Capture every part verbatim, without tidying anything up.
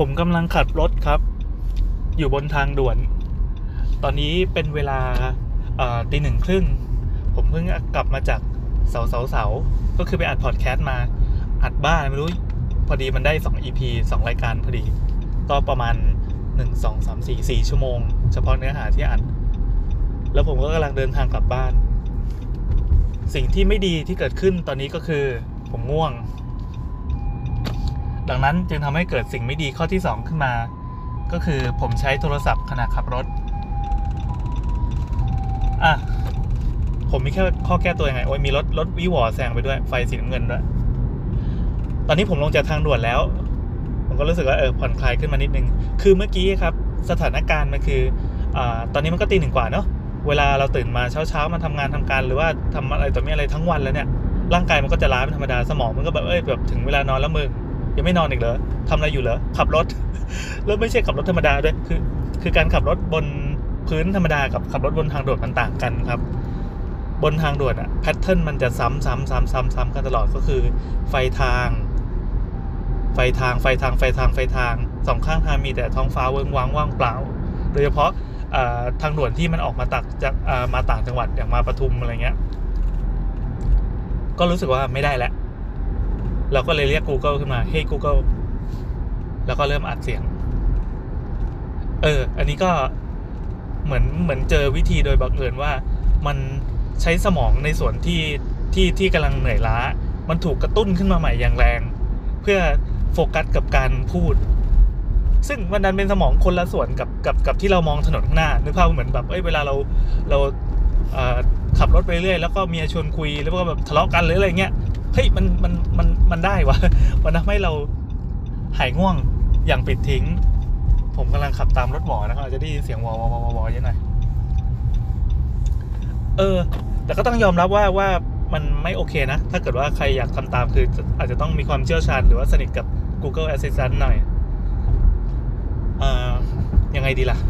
ผมกำลังขับรถครับอยู่บนทางด่วนตอนนี้เป็นเวลาตีหนึ่งครึ่งผมเพิ่งกลับมาจากเสาเสาเสาก็คือไปอัดพอดแคสต์มาอัดบ้าไม่รู้พอดีมันได้สอง อี พี สองรายการพอดีก็ประมาณหนึ่ง สอง สาม สี่ สี่ชั่วโมงเฉพาะเนื้อหาที่อัดแล้วผมก็กำลังเดินทางกลับบ้านสิ่งที่ไม่ดีที่เกิดขึ้นตอนนี้ก็คือผมง่วงดังนั้นจึงทำให้เกิดสิ่งไม่ดีข้อที่สองขึ้นมาก็คือผมใช้โทรศัพท์ขณะขับรถอ่ะผมมีแค่ข้อแก้ตัวยังไงโอ้ยมีรถรถวิวอแซงไปด้วยไฟสีน้ำเงินด้วยตอนนี้ผมลงจากทางด่วนแล้วผมก็รู้สึกว่าเออผ่อนคลายขึ้นมานิดนึงคือเมื่อกี้ครับสถานการณ์มันคืออ่าตอนนี้มันก็ตีหนึ่งกว่าเนาะเวลาเราตื่นมาเช้าๆมาทำงานทำการหรือว่าทำอะไรต่อมีอะไรทั้งวันแล้วเนี่ยร่างกายมันก็จะล้าเป็นธรรมดาสมองมันก็แบบเอ้ยแบบถึงเวลานอนแล้วมึงยังไม่นอนอีกเหรอทำอะไรอยู่เหรอขับรถแล้วไม่ใช่ขับรถธรรมดาด้วยคือคือการขับรถบนพื้นธรรมดากับขับรถบนทางด่วนมันต่างกันครับบนทางด่วนอะแพทเทิร์นมันจะซ้ำซ้ำซ้ำซ้ำซ้ำกันตลอดก็คือไฟทางไฟทางไฟทางไฟทางไฟทางสองข้างทางมีแต่ท้องฟ้าเวิ้งว้างว่างเปล่าโดยเฉพาะทางด่วนที่มันออกมาตักจากมาต่างจังหวัดอย่างมาปทุมอะไรเงี้ยก็รู้สึกว่าไม่ได้แล้วเราก็เลยเรียก Google ขึ้นมา Hey Google แล้วก็เริ่มอัดเสียงเอออันนี้ก็เหมือนเหมือนเจอวิธีโดยบังเอิญว่ามันใช้สมองในส่วนที่ที่ที่กำลังเหนื่อยล้ามันถูกกระตุ้นขึ้นมาใหม่อย่างแรงเพื่อโฟกัสกับการพูดซึ่งมันดันเป็นสมองคนละส่วนกับกับกับที่เรามองถนนข้างหน้านึกภาพเหมือนแบบเอ้ยเวลาเราเราเอ่อขับรถไปเรื่อยแล้วก็เมียชวนคุยแล้วก็แบบทะเลาะกันหรืออะไรเงี้ยเฮ้ยมันมันมันมันได้วะมันทำให้เราหายง่วงอย่างปิดทิ้งผมกำลังขับตามรถหวอนะครับอาจจะได้ยินเสียงวอวอวอวอเยอะหน่อยเออแต่ก็ต้องยอมรับว่าว่ามันไม่โอเคนะถ้าเกิดว่าใครอยากทำตามคืออาจจะต้องมีความเชี่ยวชาญหรือว่าสนิทกับ Google Assistant หน่อยอ่ายังไงดีล่ะ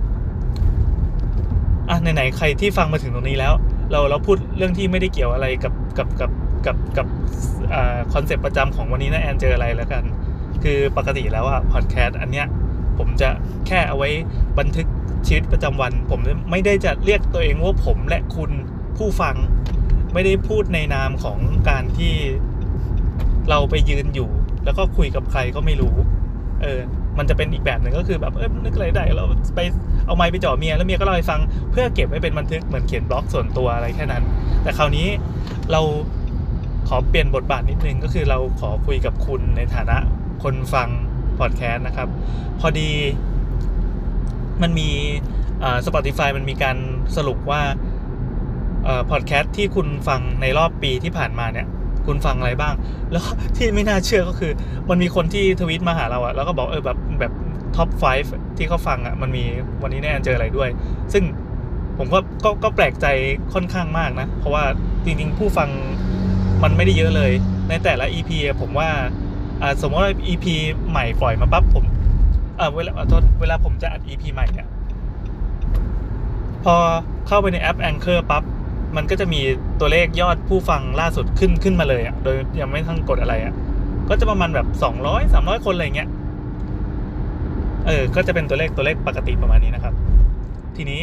อ่ะไหนๆใครที่ฟังมาถึงตรงนี้แล้วเราเราพูดเรื่องที่ไม่ได้เกี่ยวอะไรกับกับกับกับกับอ่าคอนเซ็ปต์ประจำของวันนี้นะแอนเจออะไรแล้วกันคือปกติแล้วอะพอดแคสต์อันเนี้ยผมจะแค่เอาไว้บันทึกชีวิตประจำวันผมไม่ได้จะเรียกตัวเองว่าผมและคุณผู้ฟังไม่ได้พูดในนามของการที่เราไปยืนอยู่แล้วก็คุยกับใครก็ไม่รู้เออมันจะเป็นอีกแบบหนึ่งก็คือแบบเออนึกอะไรได้เราไปเอาไมค์ไปจ่อเมียแล้วเมียก็เล่าให้ฟังเพื่อเก็บไว้เป็นบันทึกเหมือนเขียนบล็อกส่วนตัวอะไรแค่นั้นแต่คราวนี้เราขอเปลี่ยนบทบาทนิดนึงก็คือเราขอคุยกับคุณในฐานะคนฟังพอดแคสต์นะครับพอดีมันมีอ่า Spotify มันมีการสรุปว่าเอ่อพอดแคสต์ที่คุณฟังในรอบปีที่ผ่านมาเนี่ยคุณฟังอะไรบ้างแล้วที่ไม่น่าเชื่อก็คือมันมีคนที่ทวีตมาหาเราอะแล้วก็บอกเออแบบแบบท็อปห้าที่เขาฟังอะมันมีวันนี้แน่เจออะไรด้วยซึ่งผมก็ก็ก็แปลกใจค่อนข้างมากนะเพราะว่าจริงๆผู้ฟังมันไม่ได้เยอะเลยในแต่ละ อี พี ผมว่าอ่าสมมติว่า อี พี ใหม่ปล่อยมาปั๊บผมเอ่อเวลาเวลาผมจะอัด อี พี ใหม่เนี่ยพอเข้าไปในแอป Anchor ปั๊บมันก็จะมีตัวเลขยอดผู้ฟังล่าสุดขึ้นขึ้นมาเลยอ่ะโดยยังไม่ต้องกดอะไรอ่ะก็จะประมาณแบบสองร้อย สามร้อยคนอะไรเงี้ยเออก็จะเป็นตัวเลขตัวเลขปกติประมาณนี้นะครับทีนี้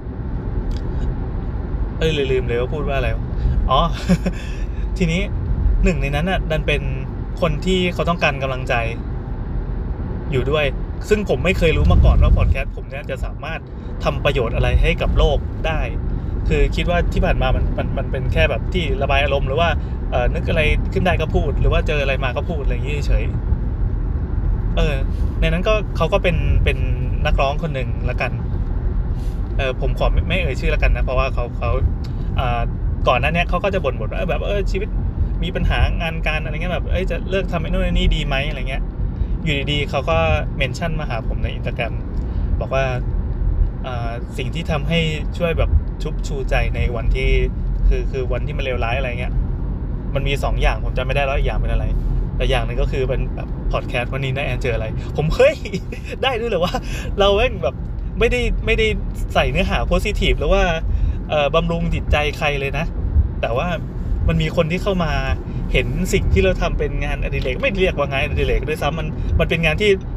เออลืมเลยว่าพูดว่าอะไรอ๋อ ทีนี้หนึ่งในนั้นน่ะดันเป็นคนที่เขาต้องการกำลังใจอยู่ด้วยซึ่งผมไม่เคยรู้มาก่อนว่าพอดแคสต์ผมเนี่ยจะสามารถทำประโยชน์อะไรให้กับโลกได้คือคิดว่าที่ผ่านมามันมันมันเป็นแค่แบบที่ระบายอารมณ์หรือว่าเอ่อนึกอะไรขึ้นได้ก็พูดหรือว่าเจออะไรมาก็พูดอะไรอย่างนี้เฉยเออในนั้นก็เขาก็เป็นเป็นนักร้องคนหนึ่งละกันเออผมขอไม่ไม่เอ่ยชื่อละกันนะเพราะว่าเขาเขาอ่าก่อนหน้านี้เขาก็จะบ่นบ่นว่าแบบเออชีวิตมีปัญหางานการอะไรเงี้ยแบบเอ้ยจะเลิกทำไอ้นู่นนี่ดีไหมอะไรเงี้ยอยู่ดีๆเขาก็เมนชั่นมาหาผมใน Instagram บอกว่าสิ่งที่ทำให้ช่วยแบบชุบชูใจในวันที่คือคือวันที่มันเลวร้ายอะไรเงี้ยมันมีสองอย่างผมจำไม่ได้แล้วอีกอย่างเป็นอะไรแต่อย่างนึงก็คือเป็นแบบพอดแคสต์วันนี้นะแอนเจออะไรผมเฮ้ยได้ด้วยเหรอว่าเราเองแบบไม่ได้ไม่ได้ใส่เนื้อหาโพสิทีฟหรือว่าเอ่อบำรุงจิตใจใครเลยนะแต่ว่ามันมีคนที่เข้ามาเห็นสิ่งที่เราทำเป็นงานอดิเรกไม่เรียกว่างานอดิเรกด้วยซ้ำมันมันเป็นงานที่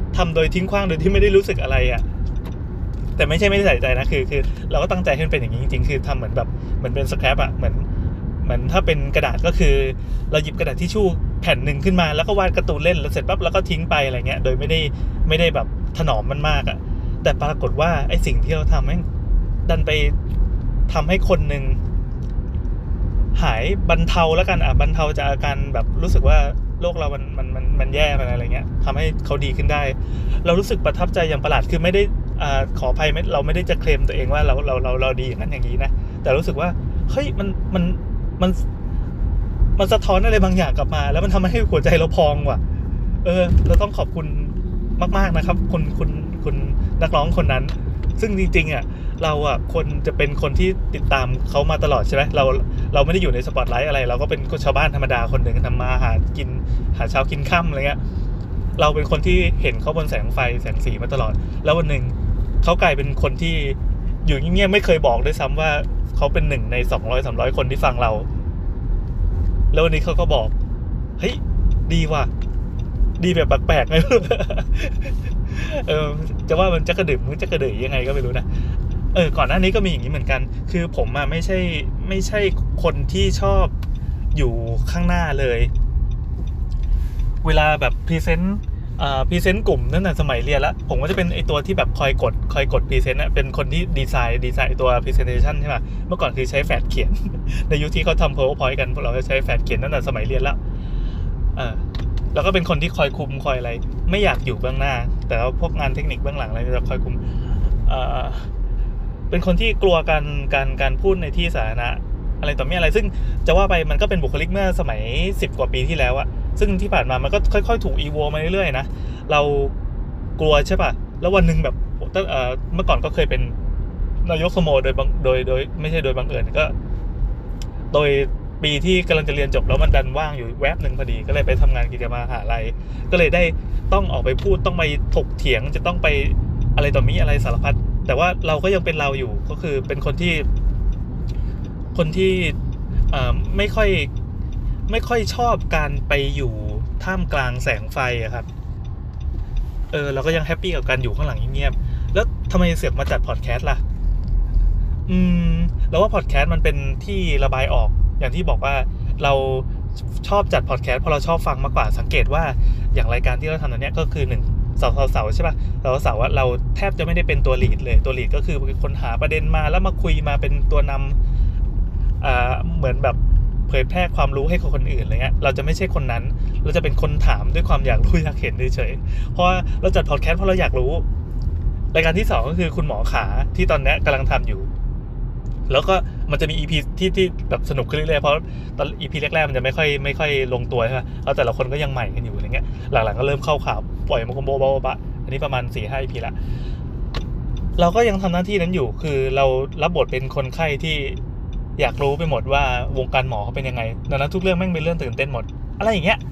ทำโดยทิ้งขว้างโดยที่ไม่ได้รู้สึกอะไรอ่ะแต่ไม่ใช่ไม่ได้ใส่ใจนะคือคือเราก็ตั้งใจให้มันเป็นอย่างนี้จริงๆคือทำเหมือนแบบเหมือนเป็นสแครปอ่ะเหมือนเหมือนถ้าเป็นกระดาษก็คือเราหยิบกระดาษทิชชู่แผ่นหนึ่งขึ้นมาแล้วก็วาดการ์ตูนเล่นแล้วเสร็จปั๊บแล้วก็ทิ้งไปอะไรเงี้ยโดยไม่ได้ไม่ได้แบบถนอมมันมากอ่ะแต่ปรากฏว่าไอ้สิ่งที่เราทำแม่งดันไปทำให้คนหนึ่งหายบรรเทาแล้วกันอ่ะบรรเทาจากอาการแบบรู้สึกว่าโลกเรามันมันมันมันแย่ไปอะไรเงี้ยทำให้เขาดีขึ้นได้เรารู้สึกประทับใจอย่างประหลาดคือไม่ได้อ่าขออภัยไม่เราไม่ได้จะเคลมตัวเองว่าเราเราเราเราดีอย่างนั้นอย่างนี้นะแต่รู้สึกว่าเฮ้ยมันมันมันมันสะท้อนอะไรบางอย่างกลับมาแล้วมันทำให้หัวใจเราพองว่ะเออเราต้องขอบคุณมากๆนะครับคุณคุณคุณนักร้องคนนั้นซึ่งจริงๆอ่ะเราอ่ะคนจะเป็นคนที่ติดตามเขามาตลอดใช่ไหมเราเราไม่ได้อยู่ในสปอตไลท์อะไรเราก็เป็นชาวบ้านธรรมดาคนหนึ่งทำมาหากินหาเช้ากินค่ำอะไรเงี้ยเราเป็นคนที่เห็นเขาบนแสงไฟแสงสีมาตลอดแล้ววันหนึ่งเขากลายเป็นคนที่อยู่เงียบๆไม่เคยบอกด้วยซ้ำว่าเขาเป็นหนึ่งในสองร้อยสามร้อยคนที่ฟังเราแล้ววันนี้เขาก็บอกเฮ้ยดีว่ะดีแบบแปลกๆไง เออจะว่ามันจะกระดึบมันจะกระเดยยังไงก็ไม่รู้นะเออก่อนหน้านี้ก็มีอย่างนี้เหมือนกันคือผมอ่ะไม่ใช่ไม่ใช่คนที่ชอบอยู่ข้างหน้าเลยเวลาแบบพรีเซนต์อ่าพรีเซนต์กลุ่มตั้งแต่สมัยเรียนแล้วผมก็จะเป็นไอตัวที่แบบคอยกดคอยกดพรีเซนต์นะเป็นคนที่ดีไซน์ดีไซน์ตัว presentation ใช่ไหมเมื่อก่อนคือใช้แฟลชเขียน ในยุคที่เขาทำ PowerPoint กันพวกเราจะใช้แฟลชเขียนตั้งแต่สมัยเรียนแล้วเออแล้วก็เป็นคนที่คอยคุมคอยอะไรไม่อยากอยู่เบื้องหน้าแต่ว่าพวกงานเทคนิคเบื้องหลังอะไรจะคอยคุมเอ่อเป็นคนที่กลัวการการการพูดในที่สาธารณะอะไรต่อมีอะไรซึ่งจะว่าไปมันก็เป็นบุคลิกเมื่อสมัยสิบกว่าปีที่แล้วอะซึ่งที่ผ่านมามันก็ค่อยๆถูกอีโวมาเรื่อยๆนะเรากลัวใช่ป่ะแล้ววันนึงแบบเอ่อเมื่อก่อนก็เคยเป็นนายกสโมโดยโดยโดยไม่ใช่โดยบังเอิญก็โดยปีที่กำลังจะเรียนจบแล้วมันดันว่างอยู่แวบหนึ่งพอดีก็เลยไปทำงานกิจมหาลัยก็เลยได้ต้องออกไปพูดต้องไปถกเถียงจะต้องไปอะไรต่อมีอะไรสารพัดแต่ว่าเราก็ยังเป็นเราอยู่ก็คือเป็นคนที่คนที่ไม่ค่อยไม่ค่อยชอบการไปอยู่ท่ามกลางแสงไฟอะครับเออเราก็ยังแฮปปี้กับการอยู่ข้างหลังเงียบๆแล้วทำไมเสือกมาจัดพอดแคสต์ล่ะอืมเราว่าพอดแคสต์มันเป็นที่ระบายออกอย่างที่บอกว่าเราชอบจัดพอดแคสต์เพราะเราชอบฟังมากกว่าสังเกตว่าอย่างรายการที่เราทำตอนนี้ก็คือหนึ่งเสาเสาใช่ป่ะเสาเสาว่าเราแทบจะไม่ได้เป็นตัวลีดเลยตัวลีดก็คือคนหาประเด็นมาแล้วมาคุยมาเป็นตัวนำอ่าเหมือนแบบเผยแพร่ความรู้ให้กับคนอื่นอะไรเงี้ยเราจะไม่ใช่คนนั้นเราจะเป็นคนถามด้วยความอยากรู้อยากเห็นเฉยๆเพราะเราจัดพอดแคสต์เพราะเราอยากรู้รายการที่สองก็คือคุณหมอขาที่ตอนนี้กำลังทำอยู่แล้วก็มันจะมี อี พี ที่ที่แบบสนุกขึ้นเรื่อยๆเพราะตอน อี พี แรกๆมันจะไม่ค่อยไม่ค่อยลงตัวใช่ไหมแล้วแต่ละคนก็ยังใหม่กันอยู่อะไรเงี้ยหลังๆก็เริ่มเข้าข่าวปล่อยมาคอมโบบ้าๆอันนี้ประมาณ สี่ห้า อี พี ละเราก็ยังทำหน้าที่นั้นอยู่คือเรารับบทเป็นคนไข้ที่อยากรู้ไปหมดว่าวงการหมอเขาเป็นยังไงดังนั้นทุกเรื่องแม่งเป็นเรื่องตื่นเต้นหมดอะไรอย่างเงี้ย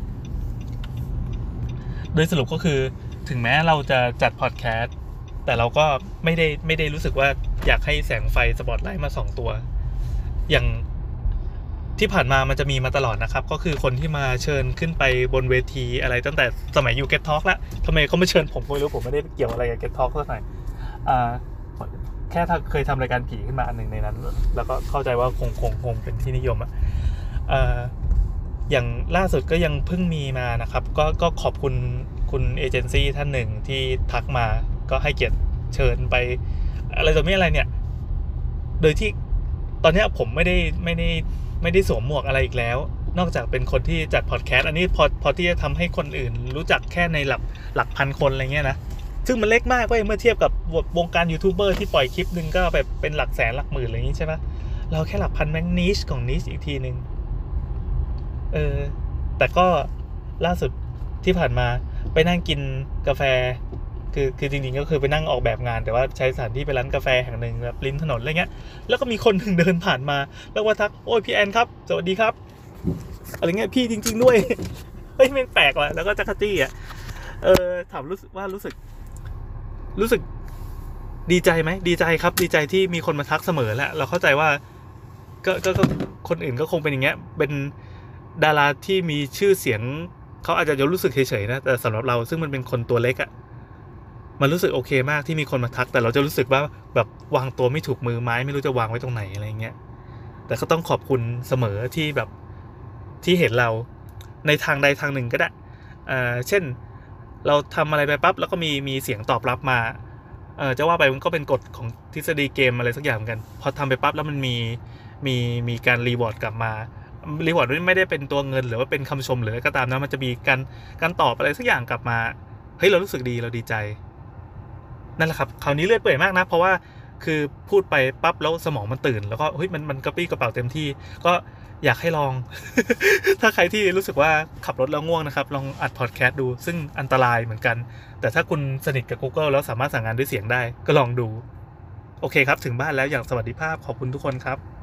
โดยสรุปก็คือถึงแม้เราจะจัดพอดแคสต์แต่เราก็ไม่ได้ไม่ได้รู้สึกว่าอยากให้แสงไฟสปอตไลท์มาสองตัวอย่างที่ผ่านมามันจะมีมาตลอดนะครับก็คือคนที่มาเชิญขึ้นไปบนเวทีอะไรตั้งแต่สมัยอยู่ Get Talk ละทำไมเขาไม่เชิญผมไม่รู้ผมไม่ได้เกี่ยวอะไรกับ Get Talk สักหน่อยอ่าแค่ถ้าเคยทำรายการผีขึ้นมาอันหนึ่งในนั้นแล้วก็เข้าใจว่าคงคงคงเป็นที่นิยมอ่ะอ่าอย่างล่าสุดก็ยังเพิ่งมีมานะครับก็ก็ขอบคุณคุณเอเจนซี่ท่านหนึ่งที่ทักมาก็ให้เกียรติเชิญไปอะไรต่อไม่อะไรเนี่ยโดยที่ตอนนี้ผมไม่ได้ไม่ได้ไม่ได้สวมหมวกอะไรอีกแล้วนอกจากเป็นคนที่จัดพอดแคสต์อันนี้พอพอที่จะทำให้คนอื่นรู้จักแค่ในหลักหลักพันคนอะไรเงี้ยนะซึ่งมันเล็กมากเว้ยเมื่อเทียบกับวงการยูทูบเบอร์ที่ปล่อยคลิปนึงก็แบบเป็นหลักแสนหลักหมื่นอะไรอย่างงี้ใช่ไหมเราแค่หลักพันแม่งนิชของนิชอีกทีนึงเออแต่ก็ล่าสุดที่ผ่านมาไปนั่งกินกาแฟคือคือจริงๆก็คือไปนั่งออกแบบงานแต่ว่าใช้สถานที่ไปร้านกาแฟแห่งหนึ่งแบบริมถนนอะไรเงี้ยแล้วก็มีคนนึงเดินผ่านมาแล้วว่าทักโอ้ยพี่แอนครับสวัสดีครับอะไรเงี้ยพี่จริงๆด้วยเฮ้ยมันแปลกว่ะแล้วก็จักรจี้อ่ะเออถามรู้สึกว่ารู้สึกรู้สึกดีใจไหมดีใจครับดีใจที่มีคนมาทักเสมอแหละเราเข้าใจว่าก็ก็ก็คนอื่นก็คงเป็นอย่างเงี้ยเป็นดาราที่มีชื่อเสียงเขาอาจจะยังรู้สึกเฉยๆนะแต่สำหรับเราซึ่งมันเป็นคนตัวเล็กอ่ะมันรู้สึกโอเคมากที่มีคนมาทักแต่เราจะรู้สึกว่าแบบวางตัวไม่ถูกมือไม้ไม่รู้จะวางไว้ตรงไหนอะไรเงี้ยแต่ก็ต้องขอบคุณเสมอที่แบบที่เห็นเราในทางใดทางหนึ่งก็ได้อ่าเช่นเราทำอะไรไปปั๊บแล้วก็มีมีเสียงตอบรับมาเออจะว่าไปมันก็เป็นกฎของทฤษฎีเกมอะไรสักอย่างเหมือนกันพอทำไปปั๊บแล้วมันมีมีมีการรีวอร์ดกลับมารีวอร์ดไม่ได้เป็นตัวเงินหรือว่าเป็นคำชมหรืออะไรก็ตามนะมันจะมีการการตอบอะไรสักอย่างกลับมาเฮ้ยเรารู้สึกดีเราดีใจนั่นแหละครับคราวนี้เลื่อยเปื่อยมากนะเพราะว่าคือพูดไปปั๊บแล้วสมองมันตื่นแล้วก็เฮ้ยมันมันกระปรี้กระเป๋าเต็มที่ก็อยากให้ลอง ถ้าใครที่รู้สึกว่าขับรถแล้วง่วงนะครับลองอัดพอดแคสต์ดูซึ่งอันตรายเหมือนกันแต่ถ้าคุณสนิทกับ Google แล้วสามารถสั่งงานด้วยเสียงได้ก็ลองดูโอเคครับถึงบ้านแล้วอย่างสวัสดิภาพขอบคุณทุกคนครับ